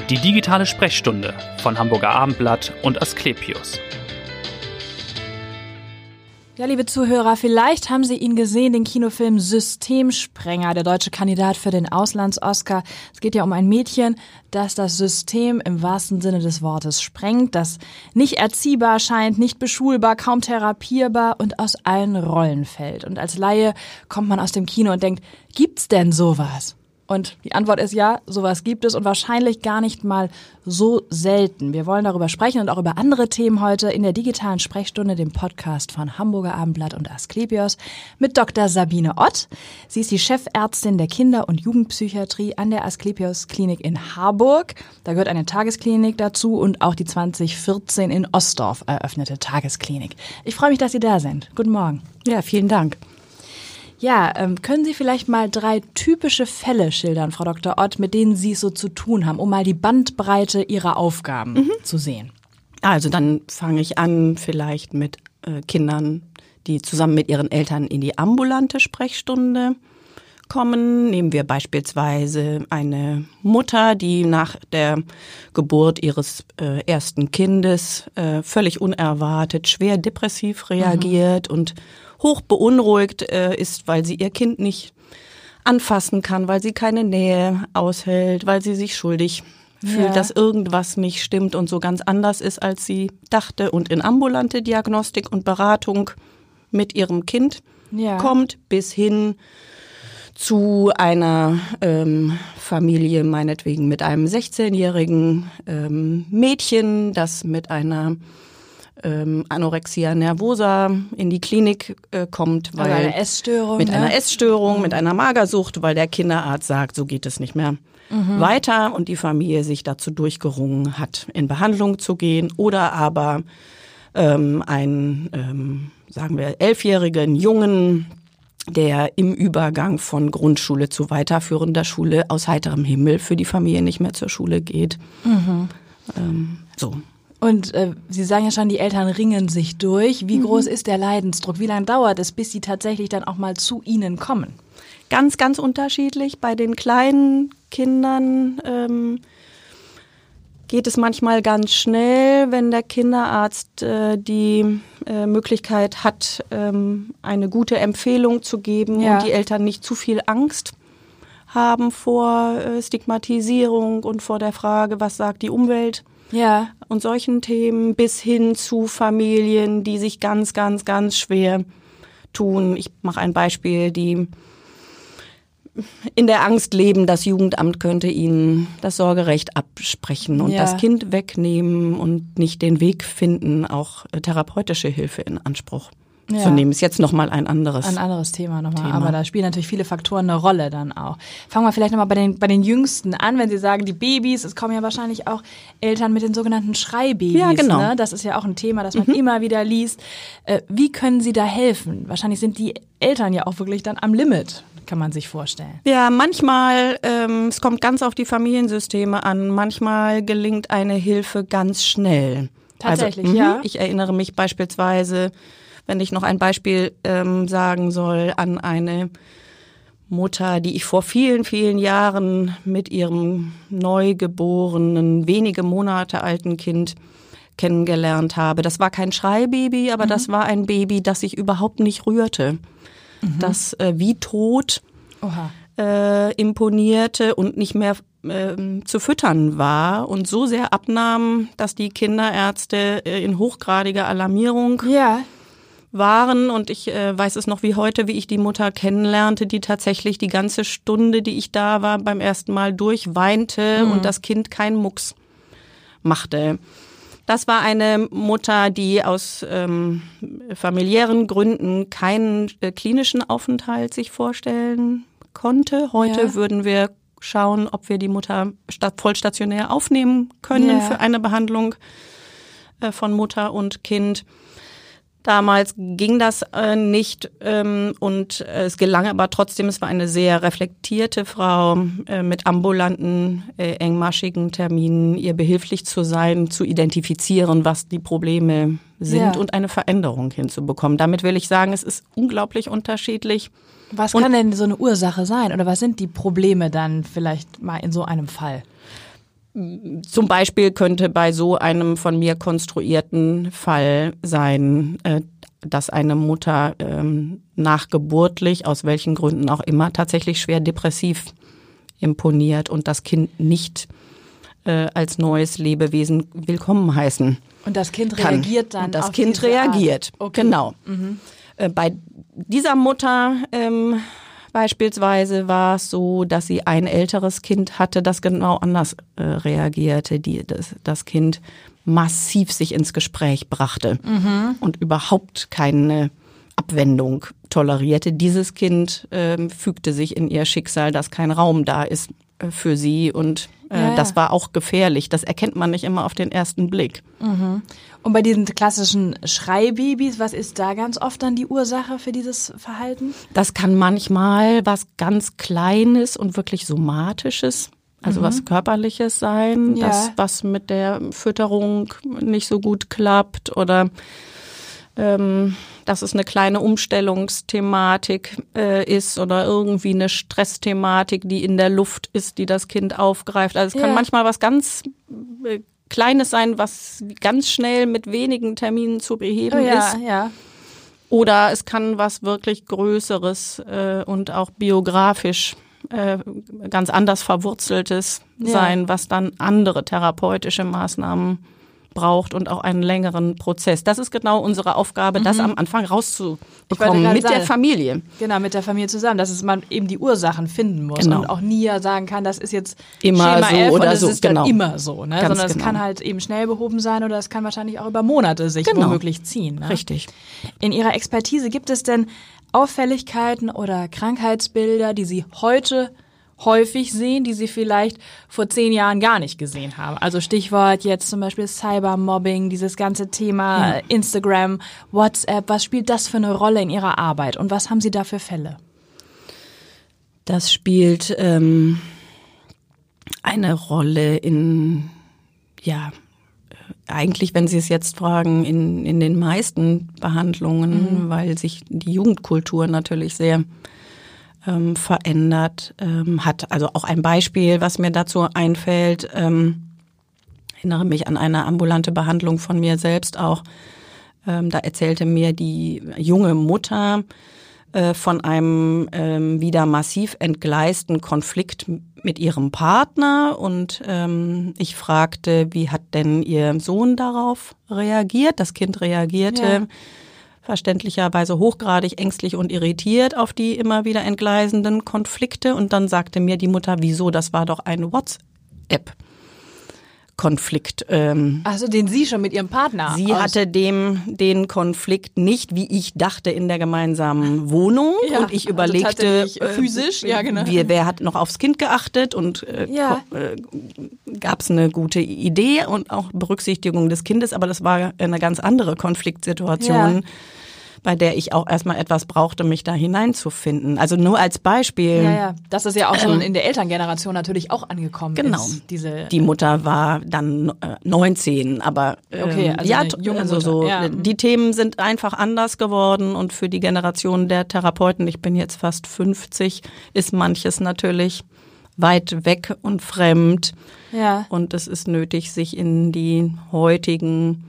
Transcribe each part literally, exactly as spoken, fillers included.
Die digitale Sprechstunde von Hamburger Abendblatt und Asklepios. Ja, liebe Zuhörer, vielleicht haben Sie ihn gesehen, den Kinofilm Systemsprenger, der deutsche Kandidat für den Auslands-Oscar. Es geht ja um ein Mädchen, das das System im wahrsten Sinne des Wortes sprengt, das nicht erziehbar scheint, nicht beschulbar, kaum therapierbar und aus allen Rollen fällt. Und als Laie kommt man aus dem Kino und denkt, gibt's denn sowas? Und die Antwort ist ja, sowas gibt es und wahrscheinlich gar nicht mal so selten. Wir wollen darüber sprechen und auch über andere Themen heute in der digitalen Sprechstunde, dem Podcast von Hamburger Abendblatt und Asklepios mit Doktor Sabine Ott. Sie ist die Chefärztin der Kinder- und Jugendpsychiatrie an der Asklepios Klinik in Harburg. Da gehört eine Tagesklinik dazu und auch die zwanzig vierzehn in Ostdorf eröffnete Tagesklinik. Ich freue mich, dass Sie da sind. Guten Morgen. Ja, vielen Dank. Ja, ähm, können Sie vielleicht mal drei typische Fälle schildern, Frau Doktor Ott, mit denen Sie es so zu tun haben, um mal die Bandbreite Ihrer Aufgaben mhm. zu sehen? Also dann fange ich an vielleicht mit äh, Kindern, die zusammen mit ihren Eltern in die ambulante Sprechstunde kommen. Nehmen wir beispielsweise eine Mutter, die nach der Geburt ihres äh, ersten Kindes äh, völlig unerwartet schwer depressiv reagiert mhm. und hoch beunruhigt äh, ist, weil sie ihr Kind nicht anfassen kann, weil sie keine Nähe aushält, weil sie sich schuldig fühlt, ja. dass irgendwas nicht stimmt und so ganz anders ist, als sie dachte und in ambulante Diagnostik und Beratung mit ihrem Kind ja. kommt, bis hin zu einer ähm, Familie, meinetwegen mit einem sechzehnjährigen ähm, Mädchen, das mit einer Ähm, Anorexia nervosa in die Klinik äh, kommt, weil also eine Essstörung, mit ne? einer Essstörung, mhm. mit einer Magersucht, weil der Kinderarzt sagt, so geht es nicht mehr mhm. weiter und die Familie sich dazu durchgerungen hat, in Behandlung zu gehen oder aber ähm, einen, ähm, sagen wir, elfjährigen Jungen, der im Übergang von Grundschule zu weiterführender Schule aus heiterem Himmel für die Familie nicht mehr zur Schule geht. Mhm. Ähm, so. Und äh, Sie sagen ja schon, die Eltern ringen sich durch. Wie mhm. groß ist der Leidensdruck? Wie lange dauert es, bis sie tatsächlich dann auch mal zu Ihnen kommen? Ganz, ganz unterschiedlich. Bei den kleinen Kindern ähm, geht es manchmal ganz schnell, wenn der Kinderarzt äh, die äh, Möglichkeit hat, ähm, eine gute Empfehlung zu geben ja. und die Eltern nicht zu viel Angst haben vor äh, Stigmatisierung und vor der Frage, was sagt die Umwelt? Ja. Und solchen Themen bis hin zu Familien, die sich ganz, ganz, ganz schwer tun. Ich mache ein Beispiel, die in der Angst leben, das Jugendamt könnte ihnen das Sorgerecht absprechen und ja. das Kind wegnehmen und nicht den Weg finden, auch therapeutische Hilfe in Anspruch ja. zu nehmen. Ist jetzt nochmal ein anderes Ein anderes Thema nochmal, Thema. Aber da spielen natürlich viele Faktoren eine Rolle dann auch. Fangen wir vielleicht nochmal bei den, bei den Jüngsten an, wenn Sie sagen, die Babys, es kommen ja wahrscheinlich auch Eltern mit den sogenannten Schreibabys. Ja, genau. Ne? Das ist ja auch ein Thema, das man mhm. immer wieder liest. Äh, wie können Sie da helfen? Wahrscheinlich sind die Eltern ja auch wirklich dann am Limit, kann man sich vorstellen. Ja, manchmal, ähm, es kommt ganz auf die Familiensysteme an, manchmal gelingt eine Hilfe ganz schnell. Tatsächlich, also, ja. Ich erinnere mich beispielsweise, wenn ich noch ein Beispiel ähm, sagen soll, an eine Mutter, die ich vor vielen, vielen Jahren mit ihrem neugeborenen, wenige Monate alten Kind kennengelernt habe. Das war kein Schreibaby, aber mhm. das war ein Baby, das sich überhaupt nicht rührte. Mhm. Das äh, wie tot äh, imponierte und nicht mehr äh, zu füttern war und so sehr abnahm, dass die Kinderärzte äh, in hochgradiger Alarmierung ja. waren. Und ich äh, weiß es noch wie heute, wie ich die Mutter kennenlernte, die tatsächlich die ganze Stunde, die ich da war, beim ersten Mal durchweinte mhm. und das Kind keinen Mucks machte. Das war eine Mutter, die aus ähm, familiären Gründen keinen äh, klinischen Aufenthalt sich vorstellen konnte. Heute ja. würden wir schauen, ob wir die Mutter stat- vollstationär aufnehmen können ja. für eine Behandlung äh, von Mutter und Kind. Damals ging das äh, nicht ähm, und äh, es gelang aber trotzdem, es war eine sehr reflektierte Frau äh, mit ambulanten, äh, engmaschigen Terminen, ihr behilflich zu sein, zu identifizieren, was die Probleme sind ja. und eine Veränderung hinzubekommen. Damit will ich sagen, es ist unglaublich unterschiedlich. Was und kann denn so eine Ursache sein oder was sind die Probleme dann vielleicht mal in so einem Fall? Zum Beispiel könnte bei so einem von mir konstruierten Fall sein, äh, dass eine Mutter ähm, nachgeburtlich, aus welchen Gründen auch immer, tatsächlich schwer depressiv imponiert und das Kind nicht äh, als neues Lebewesen willkommen heißen Und das Kind kann. reagiert dann Und das auf Kind diese reagiert, Art. Okay. genau. Mhm. Äh, bei dieser Mutter ähm, beispielsweise war es so, dass sie ein älteres Kind hatte, das genau anders äh, reagierte, die das, das Kind massiv sich ins Gespräch brachte mhm. und überhaupt keine Abwendung tolerierte. Dieses Kind äh, fügte sich in ihr Schicksal, dass kein Raum da ist äh, für sie und äh, ja, ja. das war auch gefährlich. Das erkennt man nicht immer auf den ersten Blick. Mhm. Und bei diesen klassischen Schreibabys, was ist da ganz oft dann die Ursache für dieses Verhalten? Das kann manchmal was ganz Kleines und wirklich Somatisches, also mhm. was Körperliches sein, ja. das was mit der Fütterung nicht so gut klappt oder ähm, dass es eine kleine Umstellungsthematik äh, ist oder irgendwie eine Stressthematik, die in der Luft ist, die das Kind aufgreift. Also es kann ja. manchmal was ganz äh, Kleines sein, was ganz schnell mit wenigen Terminen zu beheben oh, ja, ist. Ja. Oder es kann was wirklich Größeres äh, und auch biografisch äh, ganz anders Verwurzeltes ja. sein, was dann andere therapeutische Maßnahmen braucht und auch einen längeren Prozess. Das ist genau unsere Aufgabe, mhm. das am Anfang rauszubekommen mit sagen, der Familie. Genau, mit der Familie zusammen, dass es man eben die Ursachen finden muss genau. und auch nie sagen kann, das ist jetzt immer Schema so elf oder und es so. ist Genau. dann immer so, ne? Ganz sondern es genau. kann halt eben schnell behoben sein oder es kann wahrscheinlich auch über Monate sich genau. womöglich ziehen. Ne? Richtig. In Ihrer Expertise gibt es denn Auffälligkeiten oder Krankheitsbilder, die Sie heute häufig sehen, die Sie vielleicht vor zehn Jahren gar nicht gesehen haben? Also Stichwort jetzt zum Beispiel Cybermobbing, dieses ganze Thema ja. Instagram, WhatsApp. Was spielt das für eine Rolle in Ihrer Arbeit und was haben Sie da für Fälle? Das spielt ähm, eine Rolle in, ja, eigentlich, wenn Sie es jetzt fragen, in, in den meisten Behandlungen, mhm. weil sich die Jugendkultur natürlich sehr Ähm, verändert ähm, hat. Also auch ein Beispiel, was mir dazu einfällt, ähm, erinnere mich an eine ambulante Behandlung von mir selbst auch. Ähm, da erzählte mir die junge Mutter äh, von einem ähm, wieder massiv entgleisten Konflikt mit ihrem Partner und ähm, ich fragte, wie hat denn ihr Sohn darauf reagiert? Das Kind reagierte ja. verständlicherweise hochgradig ängstlich und irritiert auf die immer wieder entgleisenden Konflikte. Und dann sagte mir die Mutter, wieso, das war doch ein WhatsApp-Konflikt. Ähm, also den Sie schon mit Ihrem Partner? Sie hatte dem den Konflikt nicht, wie ich dachte, in der gemeinsamen Wohnung. Ja, und ich überlegte, also physisch, äh, ja genau. Wie, wer hat noch aufs Kind geachtet und äh, ja. äh, gab es eine gute Idee und auch Berücksichtigung des Kindes. Aber das war eine ganz andere Konfliktsituation. Ja. Bei der ich auch erstmal etwas brauchte, mich da hineinzufinden. Also nur als Beispiel. Ja, ja. Dass das ja auch schon in der Elterngeneration natürlich auch angekommen genau. ist. Diese die Mutter war dann äh, neunzehn, aber äh, okay, also ja, eine junge also Mutter. so Ja. die Themen sind einfach anders geworden und für die Generation der Therapeuten, ich bin jetzt fast fünfzig, ist manches natürlich weit weg und fremd. Ja. Und es ist nötig, sich in die heutigen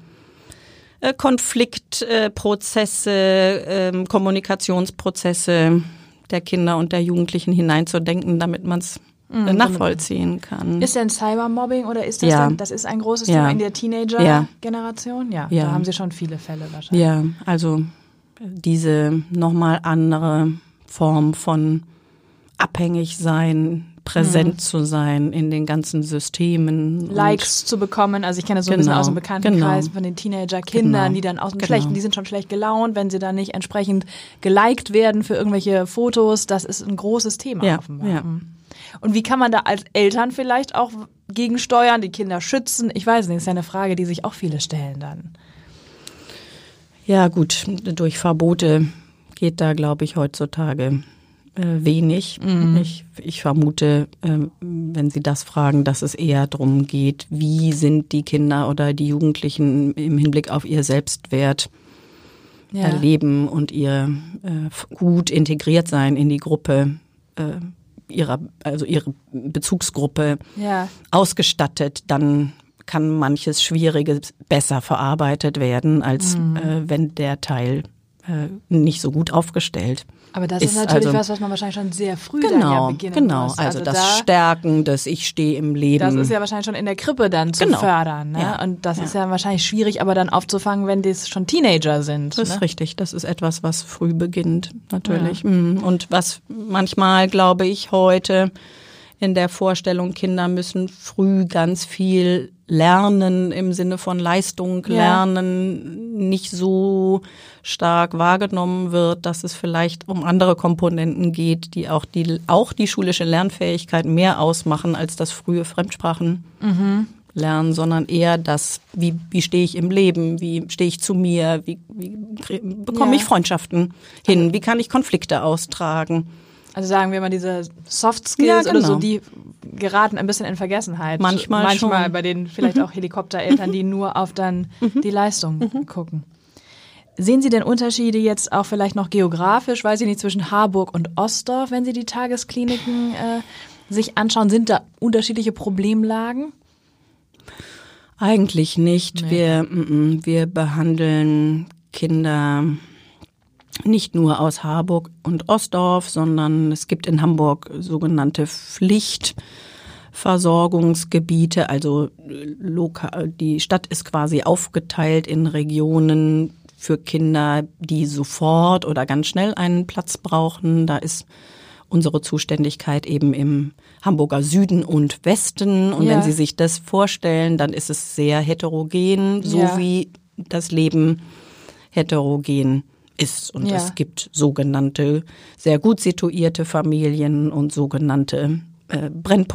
Konfliktprozesse, äh, Kommunikationsprozesse der Kinder und der Jugendlichen hineinzudenken, damit man es mhm, nachvollziehen kann. Ist denn Cybermobbing oder ist das ja. dann, das ist ein großes ja. Thema in der Teenager-Generation? Ja. ja, ja. da haben Sie schon viele Fälle wahrscheinlich. Ja, also diese nochmal andere Form von abhängig sein, präsent mhm. zu sein in den ganzen Systemen. Likes zu bekommen, also ich kenne das so ein genau, bisschen aus dem Bekanntenkreis genau. von den Teenager-Kindern, genau, die dann aus dem genau. Schlechten, die sind schon schlecht gelaunt, wenn sie dann nicht entsprechend geliked werden für irgendwelche Fotos, das ist ein großes Thema ja, offenbar. Ja. Und wie kann man da als Eltern vielleicht auch gegensteuern, die Kinder schützen? Ich weiß nicht, das ist ja eine Frage, die sich auch viele stellen dann. Ja gut, durch Verbote geht da, glaube ich, heutzutage wenig. Mhm. Ich, ich vermute, wenn Sie das fragen, dass es eher darum geht, wie sind die Kinder oder die Jugendlichen im Hinblick auf ihr Selbstwert ja. erleben und ihr gut integriert sein in die Gruppe ihrer, also ihre Bezugsgruppe ja. ausgestattet, dann kann manches Schwierige besser verarbeitet werden, als mhm. äh, wenn der Teil äh, nicht so gut aufgestellt Aber das ist. ist natürlich also, was, was man wahrscheinlich schon sehr früh genau, dann ja beginnen genau. muss. Also, also das da, Stärken des Ich stehe im Leben. Das ist ja wahrscheinlich schon in der Krippe dann zu genau. fördern. Ne? Ja. Und das ja. ist ja wahrscheinlich schwierig, aber dann aufzufangen, wenn das schon Teenager sind. Das ne? ist richtig. Das ist etwas, was früh beginnt, natürlich. Ja. Und was manchmal, glaube ich, heute in der Vorstellung, Kinder müssen früh ganz viel lernen im Sinne von Leistung, ja. lernen, nicht so stark wahrgenommen wird, dass es vielleicht um andere Komponenten geht, die auch die, auch die schulische Lernfähigkeit mehr ausmachen als das frühe Fremdsprachen. Mhm. lernen, sondern eher das, wie, wie stehe ich im Leben, wie stehe ich zu mir, wie, wie bekomme ja. ich Freundschaften hin, wie kann ich Konflikte austragen. Also sagen wir mal, diese Soft Skills Ja, genau. oder so, die geraten ein bisschen in Vergessenheit. Manchmal Manchmal schon. bei den vielleicht mhm. auch Helikoptereltern, die nur auf dann mhm. die Leistung mhm. gucken. Sehen Sie denn Unterschiede jetzt auch vielleicht noch geografisch, weiß ich nicht, zwischen Harburg und Ostdorf, wenn Sie die Tageskliniken äh, sich anschauen? Sind da unterschiedliche Problemlagen? Eigentlich nicht. Nee. Wir, m-m, wir behandeln Kinder nicht nur aus Harburg und Ostdorf, sondern es gibt in Hamburg sogenannte Pflichtversorgungsgebiete. Also lokal, die Stadt ist quasi aufgeteilt in Regionen für Kinder, die sofort oder ganz schnell einen Platz brauchen. Da ist unsere Zuständigkeit eben im Hamburger Süden und Westen. Und ja. wenn Sie sich das vorstellen, dann ist es sehr heterogen, so ja. wie das Leben heterogen ist. Und ja. es gibt sogenannte, sehr gut situierte Familien und sogenannte äh,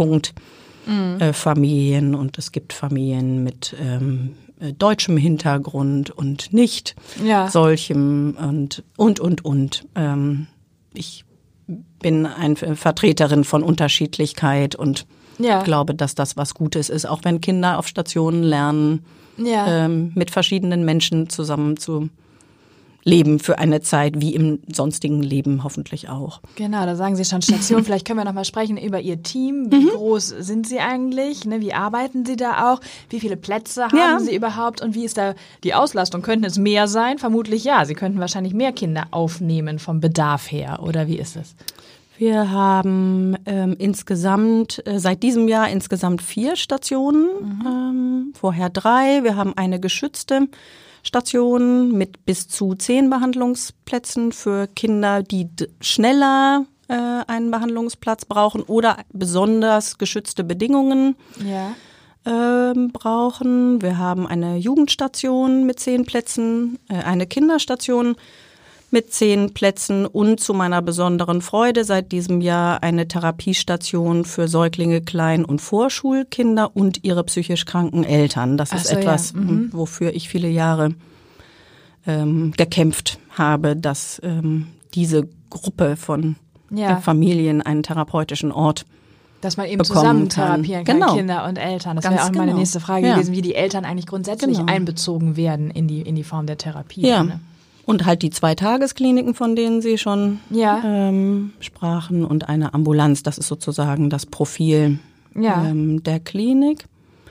Brennpunktfamilien. Mhm. Äh, und es gibt Familien mit ähm, deutschem Hintergrund und nicht ja. solchem und, und, und, und. Ähm, ich bin eine Vertreterin von Unterschiedlichkeit und ja. glaube, dass das was Gutes ist, auch wenn Kinder auf Stationen lernen, ja. ähm, mit verschiedenen Menschen zusammen zu leben für eine Zeit, wie im sonstigen Leben hoffentlich auch. Genau, da sagen Sie schon Station. Vielleicht können wir noch mal sprechen über Ihr Team. Wie mhm. groß sind Sie eigentlich? Ne, wie arbeiten Sie da auch? Wie viele Plätze haben ja. Sie überhaupt? Und wie ist da die Auslastung? Könnten es mehr sein? Vermutlich ja. Sie könnten wahrscheinlich mehr Kinder aufnehmen vom Bedarf her. Oder wie ist es? Wir haben ähm, insgesamt, äh, seit diesem Jahr insgesamt vier Stationen, mhm. ähm, vorher drei. Wir haben eine geschützte Station mit bis zu zehn Behandlungsplätzen für Kinder, die d- schneller äh, einen Behandlungsplatz brauchen oder besonders geschützte Bedingungen ja. ähm, brauchen. Wir haben eine Jugendstation mit zehn Plätzen, äh, eine Kinderstation mit zehn Plätzen und zu meiner besonderen Freude seit diesem Jahr eine Therapiestation für Säuglinge, Klein- und Vorschulkinder und ihre psychisch kranken Eltern. Das ist so, etwas, ja. mhm. wofür ich viele Jahre ähm, gekämpft habe, dass ähm, diese Gruppe von ja. äh, Familien einen therapeutischen Ort Dass man eben zusammen therapieren kann, genau. Kinder und Eltern. Das Ganz wäre auch meine genau. nächste Frage ja. gewesen, wie die Eltern eigentlich grundsätzlich genau. einbezogen werden in die, in die Form der Therapie. Ja. Ne? Und halt die zwei Tageskliniken, von denen Sie schon ja. ähm, sprachen, und eine Ambulanz. Das ist sozusagen das Profil ja. ähm, der Klinik.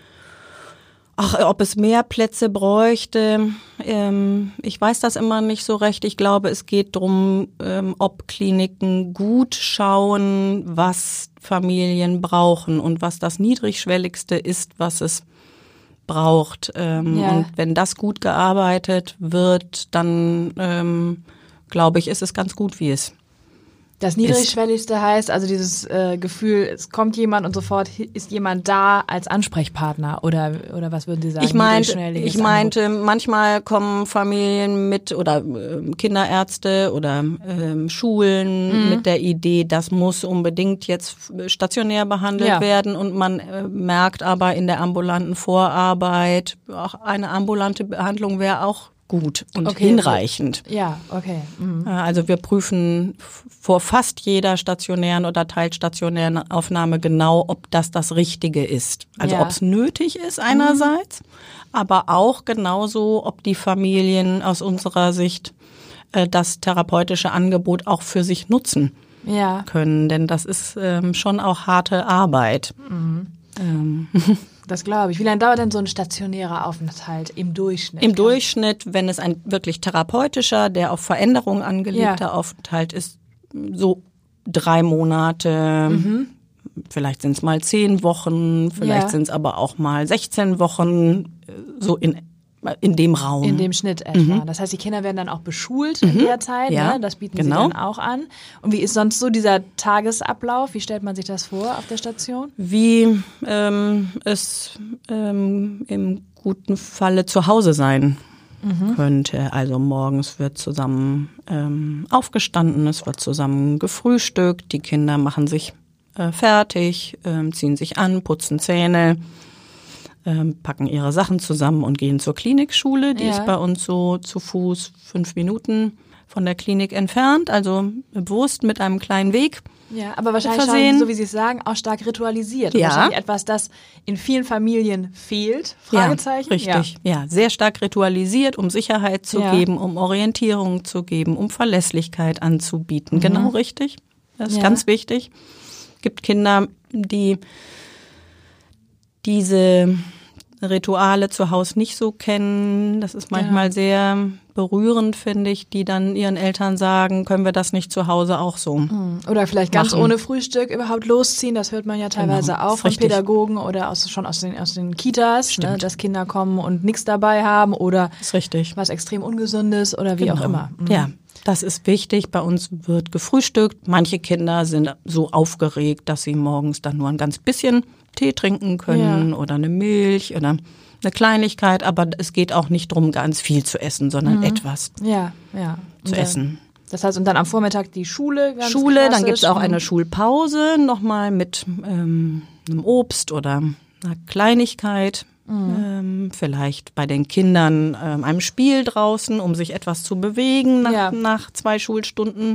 Ach, ob es mehr Plätze bräuchte, ähm, ich weiß das immer nicht so recht. Ich glaube, es geht darum, ähm, ob Kliniken gut schauen, was Familien brauchen und was das Niedrigschwelligste ist, was es braucht. Ähm, ja. Und wenn das gut gearbeitet wird, dann ähm, glaube ich, ist es ganz gut, wie es Das Niedrigschwelligste heißt also dieses äh, Gefühl, es kommt jemand und sofort ist jemand da als Ansprechpartner, oder oder was würden Sie sagen? Ich meinte, ich meinte, manchmal kommen Familien mit oder äh, Kinderärzte oder äh, Schulen mhm. mit der Idee, das muss unbedingt jetzt stationär behandelt ja. werden, und man äh, merkt aber in der ambulanten Vorarbeit, auch eine ambulante Behandlung wäre auch gut und okay, hinreichend. Ja, okay. Mhm. Also wir prüfen vor fast jeder stationären oder teilstationären Aufnahme genau, ob das das Richtige ist. Also ja. ob es nötig ist einerseits, mhm. aber auch genauso, ob die Familien aus unserer Sicht äh, das therapeutische Angebot auch für sich nutzen. ja. können, denn das ist ähm, schon auch harte Arbeit. Mhm. Ähm. Das glaube ich. Wie lange dauert denn so ein stationärer Aufenthalt im Durchschnitt? Im Durchschnitt, wenn es ein wirklich therapeutischer, der auf Veränderung angelegter Ja. Aufenthalt ist, so drei Monate, Mhm. vielleicht sind es mal zehn Wochen, vielleicht Ja. sind es aber auch mal sechzehn Wochen, so in in dem Raum. In dem Schnitt etwa. Das heißt, die Kinder werden dann auch beschult in der Zeit. Ja, Ne? Das bieten genau. sie dann auch an. Und wie ist sonst so dieser Tagesablauf? Wie stellt man sich das vor auf der Station? Wie ähm, es ähm, im guten Falle zu Hause sein Mhm. könnte. Also morgens wird zusammen ähm, aufgestanden, es wird zusammen gefrühstückt, die Kinder machen sich äh, fertig, ähm, ziehen sich an, putzen Zähne, ähm, packen ihre Sachen zusammen und gehen zur Klinikschule. Die Ja. ist bei uns so zu Fuß fünf Minuten von der Klinik entfernt, also bewusst mit einem kleinen Weg. Ja, aber wahrscheinlich Versehen. schon, so wie Sie es sagen, auch stark ritualisiert. Und Ja. wahrscheinlich etwas, das in vielen Familien fehlt. Fragezeichen. Ja, richtig. Ja. sehr stark ritualisiert, um Sicherheit zu Ja. geben, um Orientierung zu geben, um Verlässlichkeit anzubieten. Genau richtig. Das ist Ja. ganz wichtig. Es gibt Kinder, die diese Rituale zu Hause nicht so kennen. Das ist manchmal Ja. sehr berührend, finde ich, die dann ihren Eltern sagen, können wir das nicht zu Hause auch so? Oder vielleicht ganz Machen. ohne Frühstück überhaupt losziehen. Das hört man ja teilweise Genau, auch ist von richtig. Pädagogen oder aus, schon aus den, aus den Kitas, ne, Stimmt. dass Kinder kommen und nichts dabei haben oder Ist richtig. was extrem Ungesundes oder wie auch Genau. immer. Mhm. Ja, das ist wichtig. Bei uns wird gefrühstückt. Manche Kinder sind so aufgeregt, dass sie morgens dann nur ein ganz bisschen Tee trinken können Ja. oder eine Milch oder eine Kleinigkeit. Aber es geht auch nicht darum, ganz viel zu essen, sondern etwas Ja, ja. zu Und, äh, essen. Das heißt, und dann am Vormittag die Schule. Ganz Schule, dann klassisch. gibt es auch Mhm. eine Schulpause nochmal mit ähm, einem Obst oder einer Kleinigkeit. Ähm, vielleicht bei den Kindern ähm, einem Spiel draußen, um sich etwas zu bewegen nach, Ja. nach zwei Schulstunden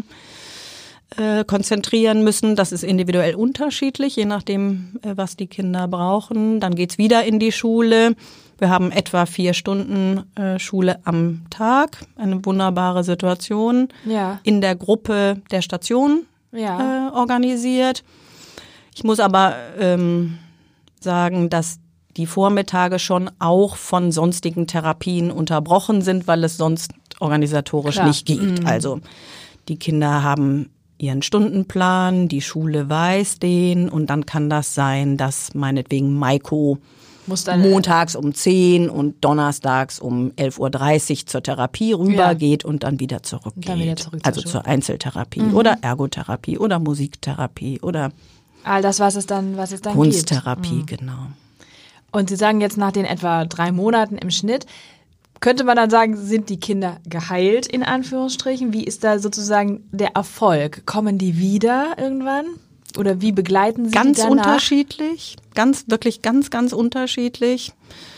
äh, konzentrieren müssen. Das ist individuell unterschiedlich, je nachdem, äh, was die Kinder brauchen. Dann geht's wieder in die Schule. Wir haben etwa vier Stunden äh, Schule am Tag. Eine wunderbare Situation. Ja. In der Gruppe der Station Ja. äh, organisiert. Ich muss aber ähm, sagen, dass die Vormittage schon auch von sonstigen Therapien unterbrochen sind, weil es sonst organisatorisch Klar. nicht geht. Also die Kinder haben ihren Stundenplan, die Schule weiß den und dann kann das sein, dass meinetwegen Maiko Muss dann montags um zehn und donnerstags um elf Uhr dreißig zur Therapie rübergeht und dann wieder zurückgeht. dann wieder zurück zur also Schule. zur Einzeltherapie oder Ergotherapie oder Musiktherapie oder all das, was es dann, was es dann Kunsttherapie, gibt. genau. Und Sie sagen jetzt nach den etwa drei Monaten im Schnitt, könnte man dann sagen, sind die Kinder geheilt in Anführungsstrichen? Wie ist da sozusagen der Erfolg? Kommen die wieder irgendwann? Oder wie begleiten Sie Ganz die danach? unterschiedlich, ganz, wirklich ganz, ganz unterschiedlich.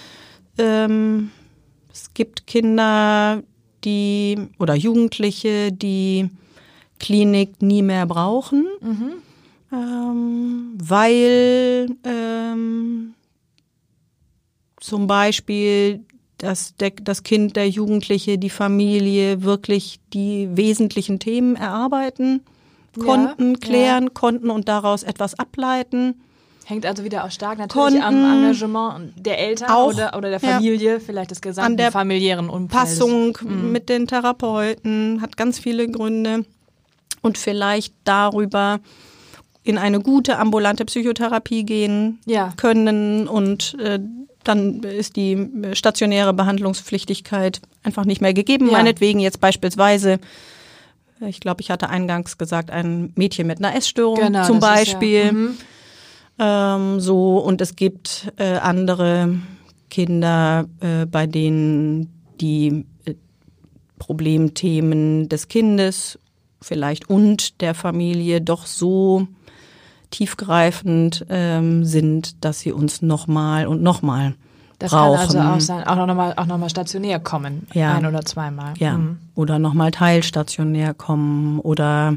Ähm, es gibt Kinder, die oder Jugendliche, die Klinik nie mehr brauchen, ähm, weil ähm, zum Beispiel dass der, das Kind, der Jugendliche, die Familie wirklich die wesentlichen Themen erarbeiten konnten, Ja, klären ja. konnten und daraus etwas ableiten. Hängt also wieder auch stark natürlich am Konnten Engagement der Eltern auch, oder, oder der ja. Familie, vielleicht des gesamten An der familiären Umfeldes. Passung mit den Therapeuten, hat ganz viele Gründe und vielleicht darüber in eine gute ambulante Psychotherapie gehen Ja. können und äh, dann ist die stationäre Behandlungspflichtigkeit einfach nicht mehr gegeben. Ja. Meinetwegen jetzt beispielsweise, ich glaube, ich hatte eingangs gesagt, ein Mädchen mit einer Essstörung Genau, zum das ist ja- Beispiel. mhm. Ähm, so, und es gibt äh, andere Kinder, äh, bei denen die äh, Problemthemen des Kindes vielleicht und der Familie doch so tiefgreifend ähm, sind, dass sie uns nochmal und nochmal Das brauchen. kann also auch sein, auch nochmal auch noch mal stationär kommen, Ja. ein oder zweimal. Ja, Mhm. oder nochmal teilstationär kommen oder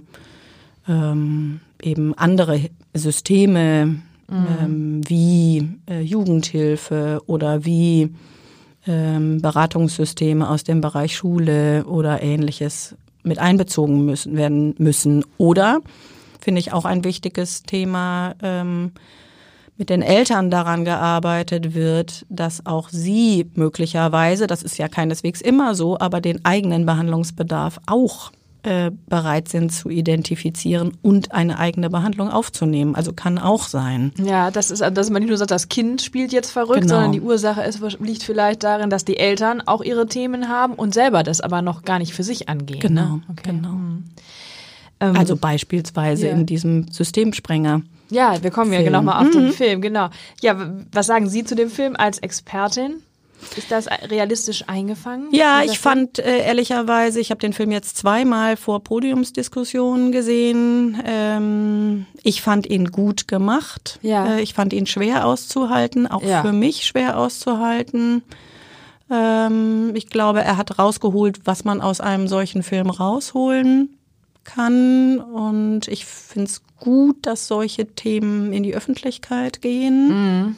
ähm, eben andere Systeme ähm, wie äh, Jugendhilfe oder wie ähm, Beratungssysteme aus dem Bereich Schule oder Ähnliches mit einbezogen müssen, werden müssen. Oder finde ich auch ein wichtiges Thema, ähm, mit den Eltern daran gearbeitet wird, dass auch sie möglicherweise, das ist ja keineswegs immer so, aber den eigenen Behandlungsbedarf auch äh, bereit sind zu identifizieren und eine eigene Behandlung aufzunehmen. Also kann auch sein. Ja, das ist, dass man nicht nur sagt, das Kind spielt jetzt verrückt, Genau. sondern die Ursache ist, liegt vielleicht darin, dass die Eltern auch ihre Themen haben und selber das aber noch gar nicht für sich angehen. Genau, ne? Okay. genau. Mhm. Ähm, Also beispielsweise ja. in diesem Systemsprenger. Ja, wir kommen ja Film. genau mal auf Mhm. den Film, genau. Ja, w- was sagen Sie zu dem Film als Expertin? Ist das realistisch eingefangen? Ja, dieser ich Film? fand äh, ehrlicherweise, ich habe den Film jetzt zweimal vor Podiumsdiskussionen gesehen. Ähm, ich fand ihn gut gemacht. Ja. Äh, ich fand ihn schwer auszuhalten, auch Ja. für mich schwer auszuhalten. Ähm, ich glaube, er hat rausgeholt, was man aus einem solchen Film rausholen kann. Und ich finde es gut, dass solche Themen in die Öffentlichkeit gehen. Mhm.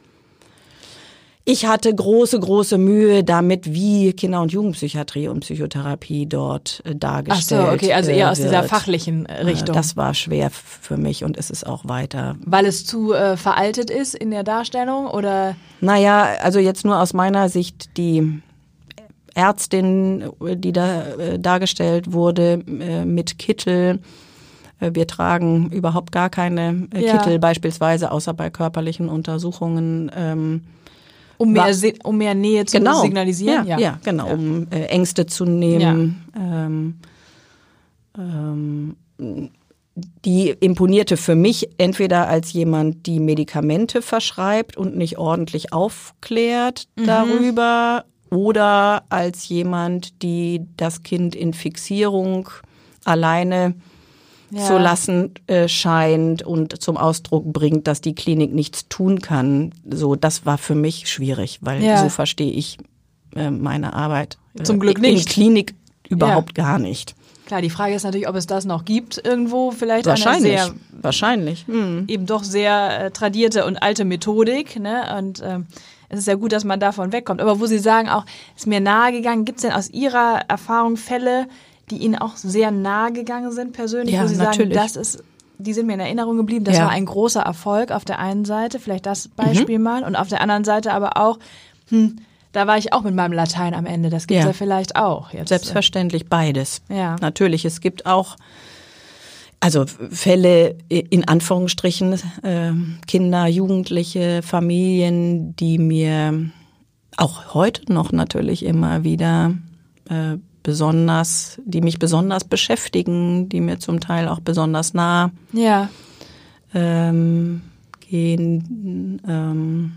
Ich hatte große, große Mühe damit, wie Kinder- und Jugendpsychiatrie und Psychotherapie dort äh, Ach dargestellt so, okay, also äh, eher aus wird. dieser fachlichen äh, Richtung. Äh, Das war schwer f- für mich und es ist auch weiter. Weil es zu äh, veraltet ist in der Darstellung oder? Naja, also jetzt nur aus meiner Sicht, die Ärztin, die da äh, dargestellt wurde äh, mit Kittel. Äh, wir tragen überhaupt gar keine äh, Ja. Kittel, beispielsweise außer bei körperlichen Untersuchungen. Ähm, Um mehr, War- Si- um mehr Nähe zu genau. signalisieren? Ja, ja genau, um äh, Ängste zu nehmen. Ähm, ähm, die imponierte für mich entweder als jemand, die Medikamente verschreibt und nicht ordentlich aufklärt Mhm. darüber, oder als jemand, die das Kind in Fixierung alleine Ja. zu lassen äh, scheint und zum Ausdruck bringt, dass die Klinik nichts tun kann. So, das war für mich schwierig, weil Ja. so verstehe ich äh, meine Arbeit. Äh, Zum Glück in nicht. Klinik überhaupt gar nicht. Klar, die Frage ist natürlich, ob es das noch gibt irgendwo, vielleicht eine Wahrscheinlich. sehr, Wahrscheinlich. Hm. eben doch sehr äh, tradierte und alte Methodik, ne? Und ähm, es ist ja gut, dass man davon wegkommt. Aber wo Sie sagen auch, ist mir nahe gegangen, gibt es denn aus Ihrer Erfahrung Fälle, die Ihnen auch sehr nahe gegangen sind persönlich, Ja, wo Sie natürlich. sagen, das ist, die sind mir in Erinnerung geblieben, das Ja. war ein großer Erfolg auf der einen Seite, vielleicht das Beispiel mal, und auf der anderen Seite aber auch, hm, da war ich auch mit meinem Latein am Ende, das gibt's ja, Ja. vielleicht auch. Jetzt, Selbstverständlich beides. Ja. Natürlich, es gibt auch also Fälle in Anführungsstrichen, äh, Kinder, Jugendliche, Familien, die mir auch heute noch natürlich immer wieder äh, besonders, die mich besonders beschäftigen, die mir zum Teil auch besonders nah Ja, ähm, gehen, ähm,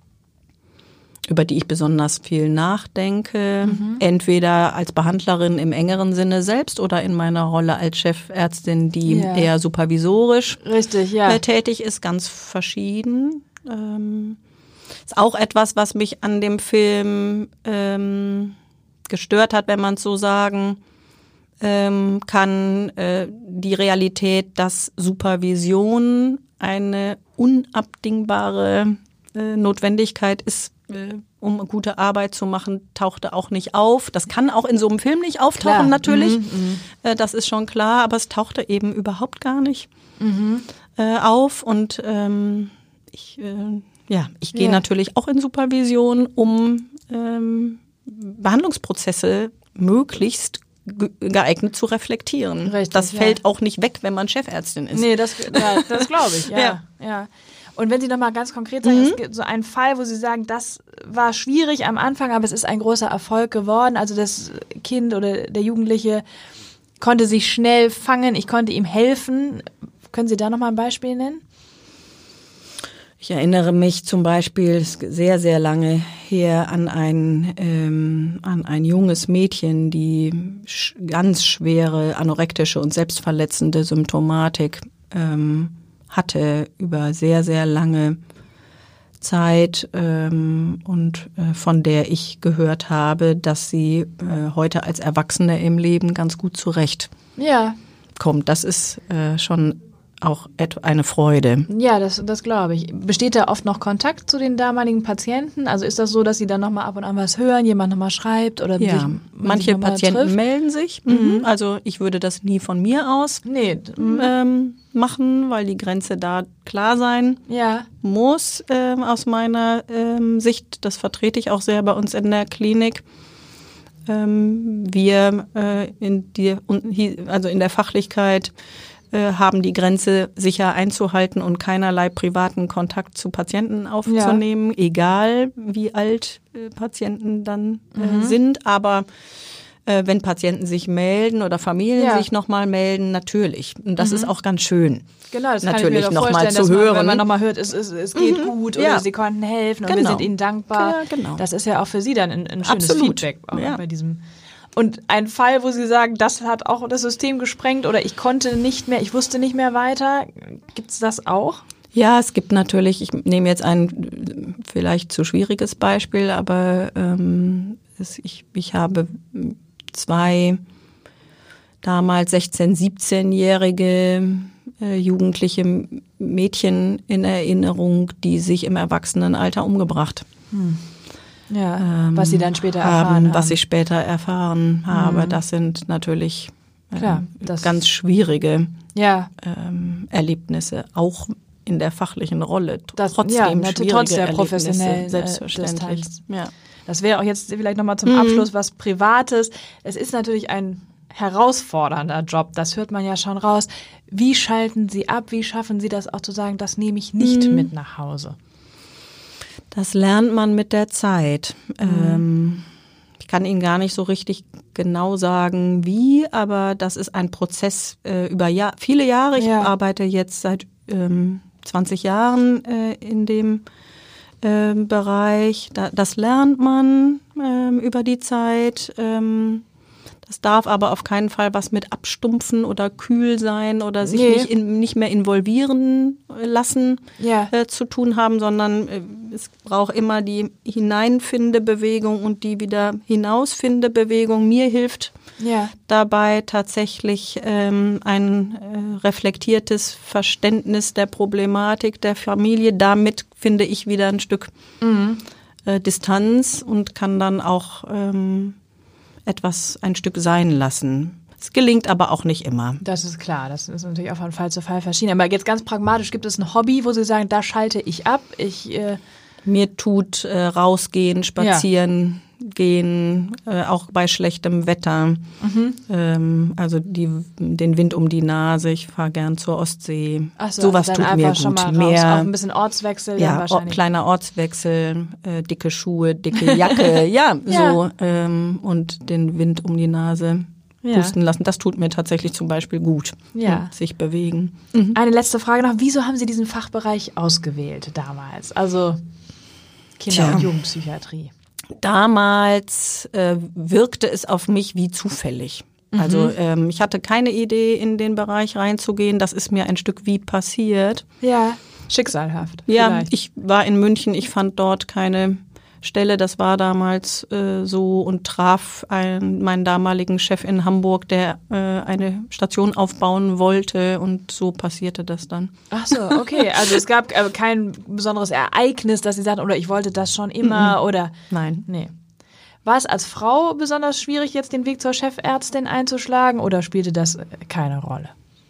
über die ich besonders viel nachdenke, Mhm. entweder als Behandlerin im engeren Sinne selbst oder in meiner Rolle als Chefärztin, die Ja. eher supervisorisch richtig, ja. äh, tätig ist, ganz verschieden. Ähm, ist auch etwas, was mich an dem Film ähm, gestört hat, wenn man es so sagen ähm, kann, äh, die Realität, dass Supervision eine unabdingbare äh, Notwendigkeit ist, äh, um gute Arbeit zu machen, tauchte auch nicht auf. Das kann auch in so einem Film nicht auftauchen, Klar. natürlich. Mhm, äh, das ist schon klar, aber es tauchte eben überhaupt gar nicht Mhm. äh, auf. Und ähm, ich, äh, ja, ich gehe Ja. natürlich auch in Supervision, um ähm, Behandlungsprozesse möglichst ge- geeignet zu reflektieren. Richtig, das ja. fällt auch nicht weg, wenn man Chefärztin ist. Nee, das, ja, das glaube ich, ja, ja. Ja. Und wenn Sie noch mal ganz konkret sagen, Mhm. es gibt so einen Fall, wo Sie sagen, das war schwierig am Anfang, aber es ist ein großer Erfolg geworden. Also das Kind oder der Jugendliche konnte sich schnell fangen, ich konnte ihm helfen. Können Sie da noch mal ein Beispiel nennen? Ich erinnere mich zum Beispiel ist sehr, sehr lange her an ein, ähm, an ein junges Mädchen, die sch- ganz schwere anorektische und selbstverletzende Symptomatik ähm, hatte über sehr, sehr lange Zeit ähm, und äh, von der ich gehört habe, dass sie äh, heute als Erwachsene im Leben ganz gut zurechtkommt. Ja, Das ist äh, schon auch et- eine Freude. ja, das, das glaube ich. Besteht da oft noch Kontakt zu den damaligen Patienten? Also ist das so, dass Sie dann noch mal ab und an was hören, jemand noch mal schreibt oder sich, Ja, man manche sich noch mal Patienten trifft? melden sich. Mhm. Also ich würde das nie von mir aus Nee, ähm, machen, weil die Grenze da klar sein Ja. muss, äh, aus meiner ähm, Sicht. Das vertrete ich auch sehr bei uns in der Klinik. Ähm, wir äh, in die, also in der Fachlichkeit äh, haben die Grenze sicher einzuhalten und keinerlei privaten Kontakt zu Patienten aufzunehmen, ja. egal wie alt äh, Patienten dann äh, mhm. sind. Aber äh, wenn Patienten sich melden oder Familien ja. sich nochmal melden, natürlich. Und das mhm. ist auch ganz schön. Genau, das natürlich kann ich mir noch mal vorstellen, zu dass man, hören. wenn man nochmal hört, es, es, es geht mhm. gut oder ja. sie konnten helfen und genau. wir sind ihnen dankbar. Ja, genau. Das ist ja auch für sie dann ein, ein schönes Absolut. Feedback auch ja. bei diesem. Und ein Fall, wo Sie sagen, das hat auch das System gesprengt oder ich konnte nicht mehr, ich wusste nicht mehr weiter, gibt's das auch? Ja, es gibt natürlich, ich nehme jetzt ein vielleicht zu schwieriges Beispiel, aber ähm, es, ich, ich habe zwei damals sechzehn-, siebzehnjährige äh, jugendliche Mädchen in Erinnerung, die sich im Erwachsenenalter umgebracht hm. Ja, ähm, was Sie dann später haben, erfahren haben. Was ich später erfahren habe. Mhm. Das sind natürlich äh, Klar, das ganz schwierige ja. ähm, Erlebnisse, auch in der fachlichen Rolle. Das, trotzdem ja, schwierige trotz der Erlebnisse, professionellen selbstverständlich. Äh, ja. Das wäre auch jetzt vielleicht nochmal zum mhm. Abschluss was Privates. Es ist natürlich ein herausfordernder Job, das hört man ja schon raus. Wie schalten Sie ab? Wie schaffen Sie das auch zu sagen, das nehme ich nicht mhm. mit nach Hause? Das lernt man mit der Zeit. Mhm. Ähm, ich kann Ihnen gar nicht so richtig genau sagen, wie, aber das ist ein Prozess äh, über Jahr, viele Jahre. Ich ja. arbeite jetzt seit ähm, zwanzig Jahren äh, in dem äh, Bereich. Da, das lernt man äh, über die Zeit. Ähm, Das darf aber auf keinen Fall was mit abstumpfen oder kühl sein oder sich nee. nicht, in, nicht mehr involvieren lassen ja. äh, zu tun haben, sondern äh, es braucht immer die Hineinfindebewegung und die wieder Hinausfindebewegung. Mir hilft ja. dabei tatsächlich ähm, ein äh, reflektiertes Verständnis der Problematik der Familie. Damit finde ich wieder ein Stück mhm. äh, Distanz und kann dann auch ähm, etwas ein Stück sein lassen. Es gelingt aber auch nicht immer. Das ist klar, das ist natürlich auch von Fall zu Fall verschieden. Aber jetzt ganz pragmatisch, gibt es ein Hobby, wo Sie sagen, da schalte ich ab? Ich, äh Mir tut äh, rausgehen, spazieren ja. gehen, äh, auch bei schlechtem Wetter. Mhm. Ähm, also die, den Wind um die Nase, ich fahre gern zur Ostsee. Ach so, Sowas also tut mir gut. Schon mal Mehr, raus. Auch ein bisschen Ortswechsel. Ja, wahrscheinlich. Kleiner Ortswechsel, äh, dicke Schuhe, dicke Jacke, ja, ja, so ähm, und den Wind um die Nase ja. pusten lassen. Das tut mir tatsächlich zum Beispiel gut, ja. sich bewegen. Mhm. Eine letzte Frage noch, wieso haben Sie diesen Fachbereich ausgewählt damals? Also Kinder- Tja. und Jugendpsychiatrie. Damals äh, wirkte es auf mich wie zufällig. Mhm. Also ähm, ich hatte keine Idee, in den Bereich reinzugehen. Das ist mir ein Stück wie passiert. Ja, schicksalhaft. Ja, vielleicht. Ich war in München, ich fand dort keine Stelle. Das war damals äh, so und traf einen, meinen damaligen Chef in Hamburg, der äh, eine Station aufbauen wollte und so passierte das dann. Ach so, okay. Also es gab äh, kein besonderes Ereignis, dass Sie sagten, oder ich wollte das schon immer mhm. oder? Nein. Nee. War es als Frau besonders schwierig, jetzt den Weg zur Chefärztin einzuschlagen oder spielte das keine Rolle?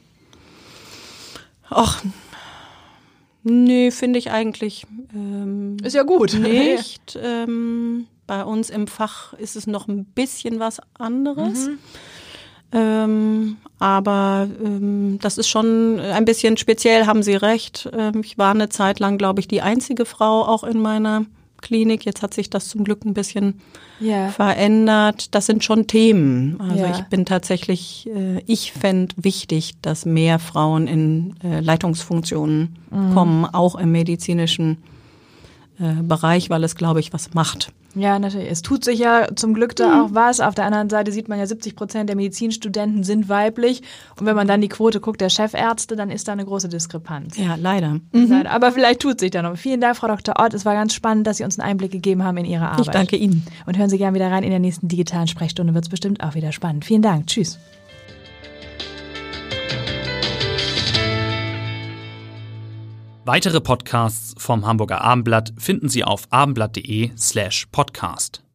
Ach, nee, finde ich eigentlich ähm, ist ja gut. Nicht. ähm, bei uns im Fach ist es noch ein bisschen was anderes. Mhm. Ähm, aber ähm, das ist schon ein bisschen speziell, haben Sie recht. Ähm, ich war eine Zeit lang, glaube ich, die einzige Frau auch in meiner Klinik. Jetzt hat sich das zum Glück ein bisschen yeah. verändert. Das sind schon Themen. Also yeah. ich bin tatsächlich, äh, ich fände wichtig, dass mehr Frauen in äh, Leitungsfunktionen mhm. kommen, auch im medizinischen äh, Bereich, weil es, glaube ich, was macht. Ja, natürlich. Es tut sich ja zum Glück da mhm. auch was. Auf der anderen Seite sieht man ja, siebzig Prozent der Medizinstudenten sind weiblich. Und wenn man dann die Quote guckt der Chefärzte, dann ist da eine große Diskrepanz. Ja, leider. Mhm. Aber vielleicht tut sich da noch. Vielen Dank, Frau Doktor Ott. Es war ganz spannend, dass Sie uns einen Einblick gegeben haben in Ihre Arbeit. Ich danke Ihnen. Und hören Sie gerne wieder rein. In der nächsten digitalen Sprechstunde wird es bestimmt auch wieder spannend. Vielen Dank. Tschüss. Weitere Podcasts vom Hamburger Abendblatt finden Sie auf abendblatt punkt de slash podcast.